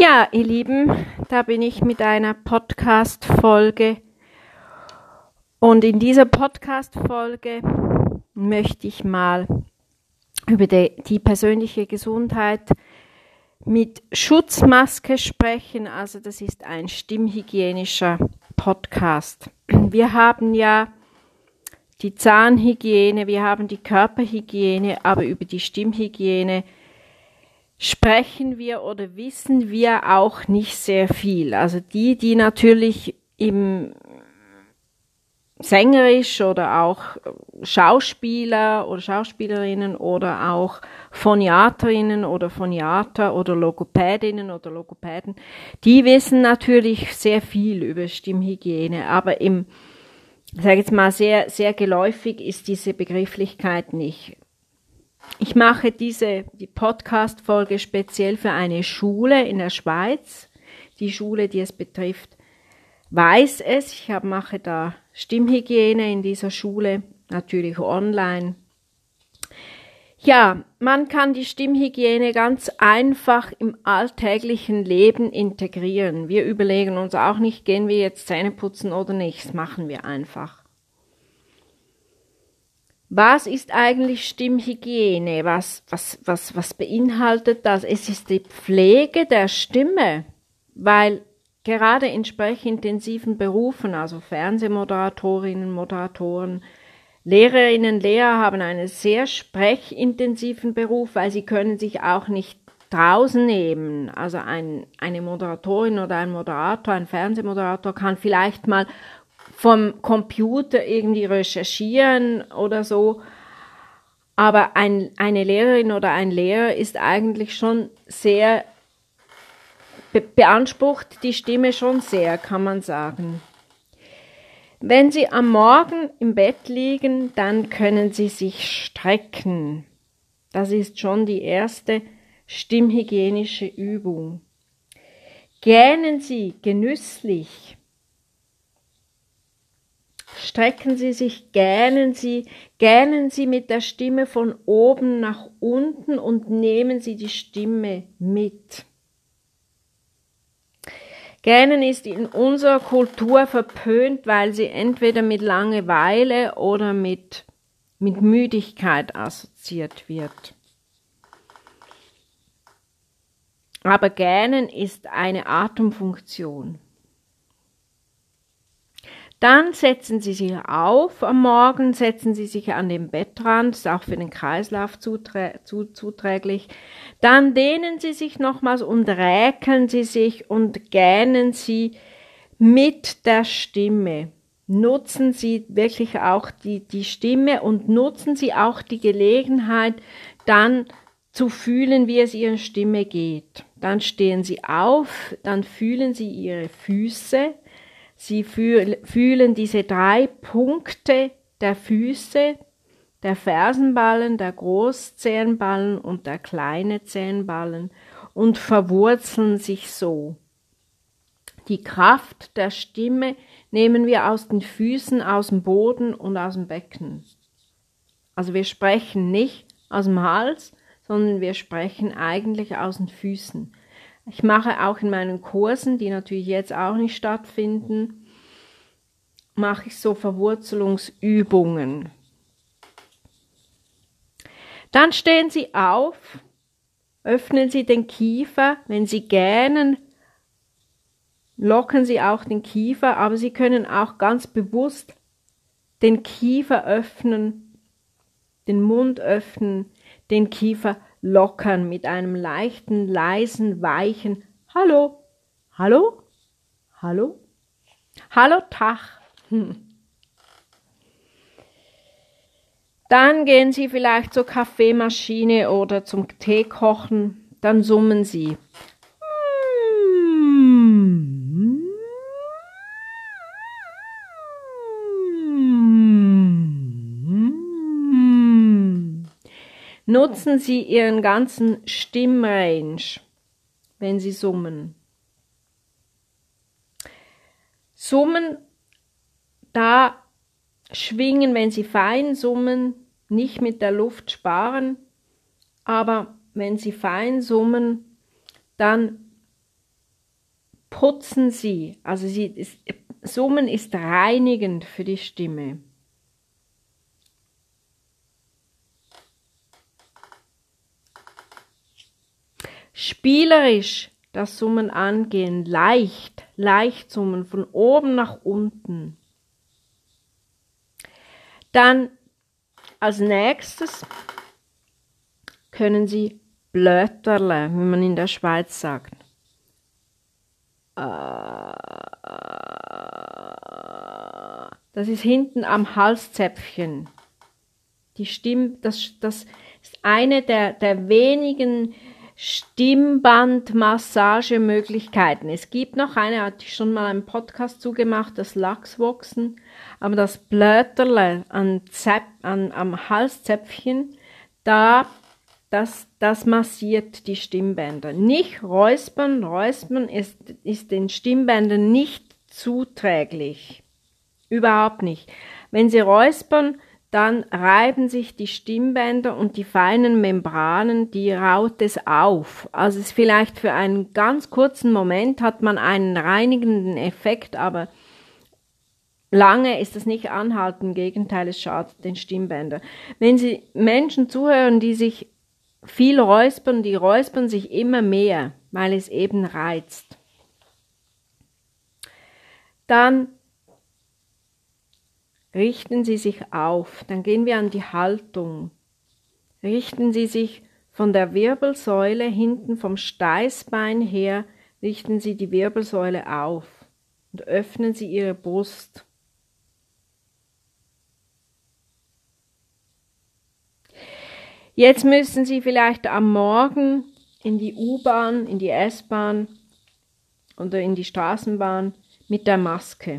Ja, ihr Lieben, da bin ich mit einer Podcast-Folge. Und in dieser Podcast-Folge möchte ich mal über die persönliche Gesundheit mit Schutzmaske sprechen. Also das ist ein stimmhygienischer Podcast. Wir haben ja die Zahnhygiene, wir haben die Körperhygiene, aber über die Stimmhygiene sprechen wir oder wissen wir auch nicht sehr viel. Also die natürlich im sängerisch oder auch Schauspieler oder Schauspielerinnen oder auch Phoniaterinnen oder Phoniater oder Logopädinnen oder Logopäden, die wissen natürlich sehr viel über Stimmhygiene, aber ich sage jetzt mal, sehr, sehr geläufig ist diese Begrifflichkeit nicht. Ich mache die Podcast-Folge speziell für eine Schule in der Schweiz. Die Schule, die es betrifft, weiß es. Ich mache da Stimmhygiene in dieser Schule, natürlich online. Ja, man kann die Stimmhygiene ganz einfach im alltäglichen Leben integrieren. Wir überlegen uns auch nicht, gehen wir jetzt Zähne putzen oder nicht. Das machen wir einfach. Was ist eigentlich Stimmhygiene? Was beinhaltet das? Es ist die Pflege der Stimme, weil gerade in sprechintensiven Berufen, also Fernsehmoderatorinnen, Moderatoren, Lehrerinnen, Lehrer haben einen sehr sprechintensiven Beruf, weil sie können sich auch nicht draußen nehmen. Also eine Moderatorin oder ein Moderator, ein Fernsehmoderator kann vielleicht mal vom Computer irgendwie recherchieren oder so, aber eine Lehrerin oder ein Lehrer ist eigentlich schon sehr, beansprucht die Stimme schon sehr, kann man sagen. Wenn Sie am Morgen im Bett liegen, dann können Sie sich strecken. Das ist schon die erste stimmhygienische Übung. Gähnen Sie genüsslich. Strecken Sie sich, gähnen Sie mit der Stimme von oben nach unten und nehmen Sie die Stimme mit. Gähnen ist in unserer Kultur verpönt, weil sie entweder mit Langeweile oder mit Müdigkeit assoziiert wird. Aber Gähnen ist eine Atemfunktion. Dann setzen Sie sich auf am Morgen, setzen Sie sich an den Bettrand, das ist auch für den Kreislauf zuträglich. Dann dehnen Sie sich nochmals und räkeln Sie sich und gähnen Sie mit der Stimme. Nutzen Sie wirklich auch die Stimme und nutzen Sie auch die Gelegenheit, dann zu fühlen, wie es Ihrer Stimme geht. Dann stehen Sie auf, dann fühlen Sie Ihre Füße. Sie fühlen diese 3 Punkte der Füße, der Fersenballen, der Großzehenballen und der kleine Zehenballen und verwurzeln sich so. Die Kraft der Stimme nehmen wir aus den Füßen, aus dem Boden und aus dem Becken. Also wir sprechen nicht aus dem Hals, sondern wir sprechen eigentlich aus den Füßen. Ich mache auch in meinen Kursen, die natürlich jetzt auch nicht stattfinden, mache ich so Verwurzelungsübungen. Dann stehen Sie auf, öffnen Sie den Kiefer. Wenn Sie gähnen, lockern Sie auch den Kiefer, aber Sie können auch ganz bewusst den Kiefer öffnen, den Mund öffnen, den Kiefer lockern mit einem leichten, leisen, weichen Hallo, Hallo, Hallo, Hallo, Tag. Dann gehen Sie vielleicht zur Kaffeemaschine oder zum Tee kochen, dann summen Sie. Nutzen Sie Ihren ganzen Stimmrange, wenn Sie summen. Summen, da schwingen, wenn Sie fein summen, nicht mit der Luft sparen, aber wenn Sie fein summen, dann putzen sie. Also Summen ist reinigend für die Stimme. Spielerisch das Summen angehen, leicht summen, von oben nach unten. Dann als nächstes können Sie blöterle, wie man in der Schweiz sagt. Das ist hinten am Halszäpfchen. Das ist eine der wenigen Stimmbandmassagemöglichkeiten. Es gibt noch eine, hatte ich schon mal einen Podcast zugemacht, das Lachswachsen, aber das Blöterle am Halszäpfchen, das massiert die Stimmbänder. Nicht räuspern. Räuspern ist den Stimmbändern nicht zuträglich. Überhaupt nicht. Wenn Sie räuspern, dann reiben sich die Stimmbänder und die feinen Membranen, die raut es auf. Also es ist vielleicht für einen ganz kurzen Moment hat man einen reinigenden Effekt, aber lange ist das nicht anhalten. Im Gegenteil, es schadet den Stimmbändern. Wenn Sie Menschen zuhören, die sich viel räuspern, die räuspern sich immer mehr, weil es eben reizt. Dann richten Sie sich auf, dann gehen wir an die Haltung. Richten Sie sich von der Wirbelsäule hinten vom Steißbein her, richten Sie die Wirbelsäule auf und öffnen Sie Ihre Brust. Jetzt müssen Sie vielleicht am Morgen in die U-Bahn, in die S-Bahn oder in die Straßenbahn mit der Maske.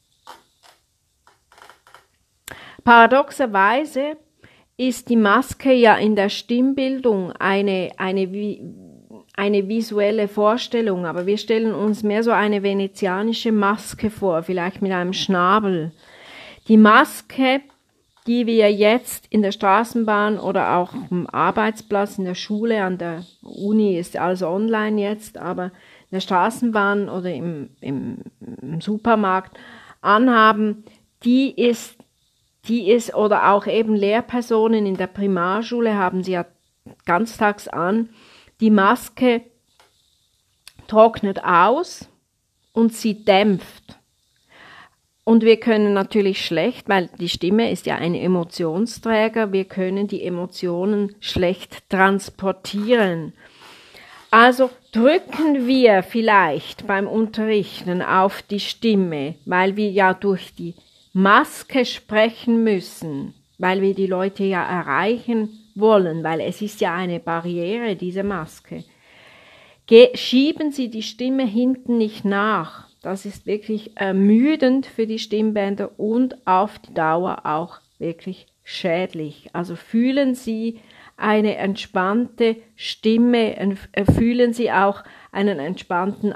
Paradoxerweise ist die Maske ja in der Stimmbildung eine visuelle Vorstellung, aber wir stellen uns mehr so eine venezianische Maske vor, vielleicht mit einem Schnabel. Die Maske, die wir jetzt in der Straßenbahn oder auch am Arbeitsplatz, in der Schule, an der Uni ist alles online jetzt, aber in der Straßenbahn oder im Supermarkt anhaben, die ist, oder auch eben Lehrpersonen in der Primarschule haben sie ja ganztags an, die Maske trocknet aus und sie dämpft. Und wir können natürlich schlecht, weil die Stimme ist ja ein Emotionsträger, wir können die Emotionen schlecht transportieren. Also drücken wir vielleicht beim Unterrichten auf die Stimme, weil wir ja durch die Maske sprechen müssen, weil wir die Leute ja erreichen wollen, weil es ist ja eine Barriere, diese Maske. Schieben Sie die Stimme hinten nicht nach. Das ist wirklich ermüdend für die Stimmbänder und auf die Dauer auch wirklich schädlich. Also fühlen Sie eine entspannte Stimme, fühlen Sie auch einen entspannten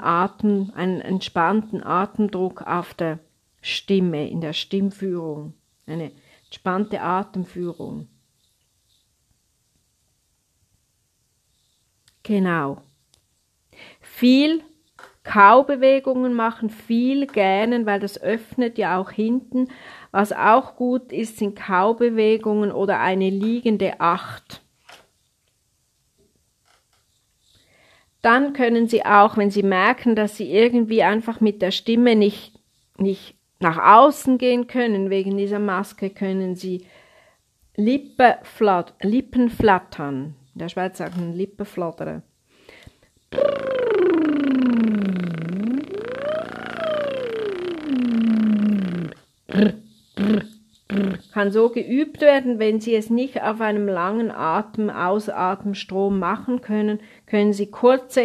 Atemdruck auf der Stimme, in der Stimmführung, eine entspannte Atemführung. Genau. Viel Kaubewegungen machen, viel gähnen, weil das öffnet ja auch hinten. Was auch gut ist, sind Kaubewegungen oder eine liegende Acht. Dann können Sie auch, wenn Sie merken, dass Sie irgendwie einfach mit der Stimme nicht nach außen gehen können, wegen dieser Maske, können Sie Lippen flattern. In der Schweiz sagt man Lippen flattern. Kann so geübt werden, wenn Sie es nicht auf einem langen Ausatemstrom machen können, können Sie kurze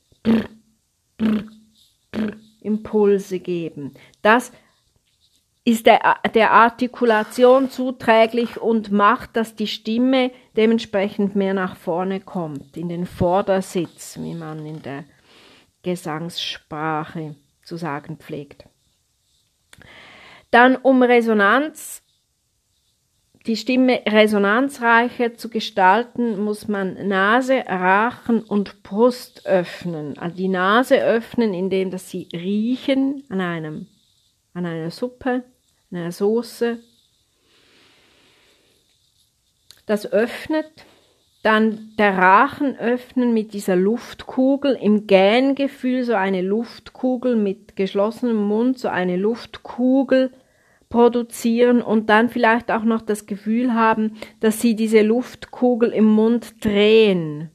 Impulse geben. Das ist der Artikulation zuträglich und macht, dass die Stimme dementsprechend mehr nach vorne kommt, in den Vordersitz, wie man in der Gesangssprache zu sagen pflegt. Dann, um Resonanz die Stimme resonanzreicher zu gestalten, muss man Nase, Rachen und Brust öffnen. Also die Nase öffnen, indem dass Sie riechen an einer Suppe, an einer Soße. Das öffnet. Dann der Rachen öffnen mit dieser Luftkugel, im Gähngefühl so eine Luftkugel mit geschlossenem Mund, so eine Luftkugel produzieren und dann vielleicht auch noch das Gefühl haben, dass Sie diese Luftkugel im Mund drehen.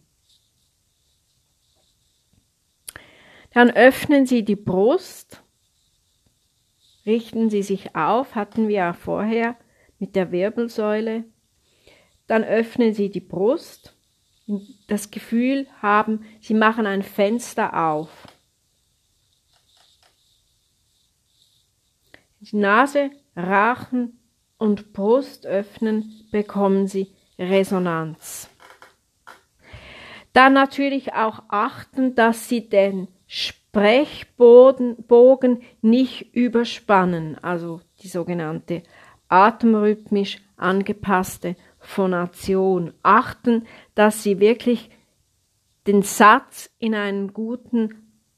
Dann öffnen Sie die Brust, richten Sie sich auf, hatten wir ja vorher mit der Wirbelsäule. Dann öffnen Sie die Brust, das Gefühl haben, Sie machen ein Fenster auf. Die Nase, Rachen und Brust öffnen, bekommen Sie Resonanz. Dann natürlich auch achten, dass Sie den Sprechbogen nicht überspannen, also die sogenannte atemrhythmisch angepasste Phonation. Achten, dass Sie wirklich den Satz in einem guten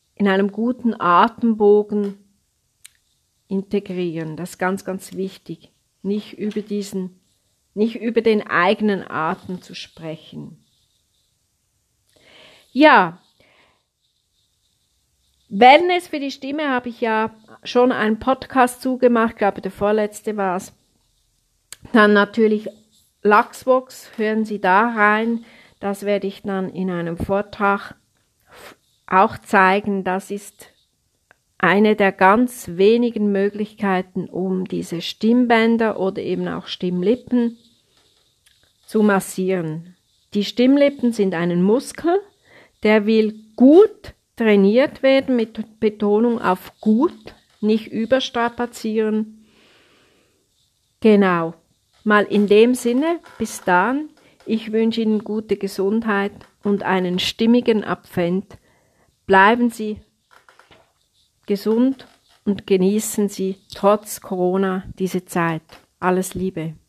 Atembogen integrieren. Das ist ganz, ganz wichtig. Nicht über den eigenen Atem zu sprechen. Ja, Wellness für die Stimme habe ich ja schon einen Podcast zugemacht, ich glaube der vorletzte war es. Dann natürlich Lachsvox, hören Sie da rein, das werde ich dann in einem Vortrag auch zeigen. Das ist eine der ganz wenigen Möglichkeiten, um diese Stimmbänder oder eben auch Stimmlippen zu massieren. Die Stimmlippen sind ein Muskel, der will gut trainiert werden, mit Betonung auf gut, nicht überstrapazieren. Genau. Mal in dem Sinne, bis dann, ich wünsche Ihnen gute Gesundheit und einen stimmigen Advent. Bleiben Sie gesund und genießen Sie trotz Corona diese Zeit. Alles Liebe.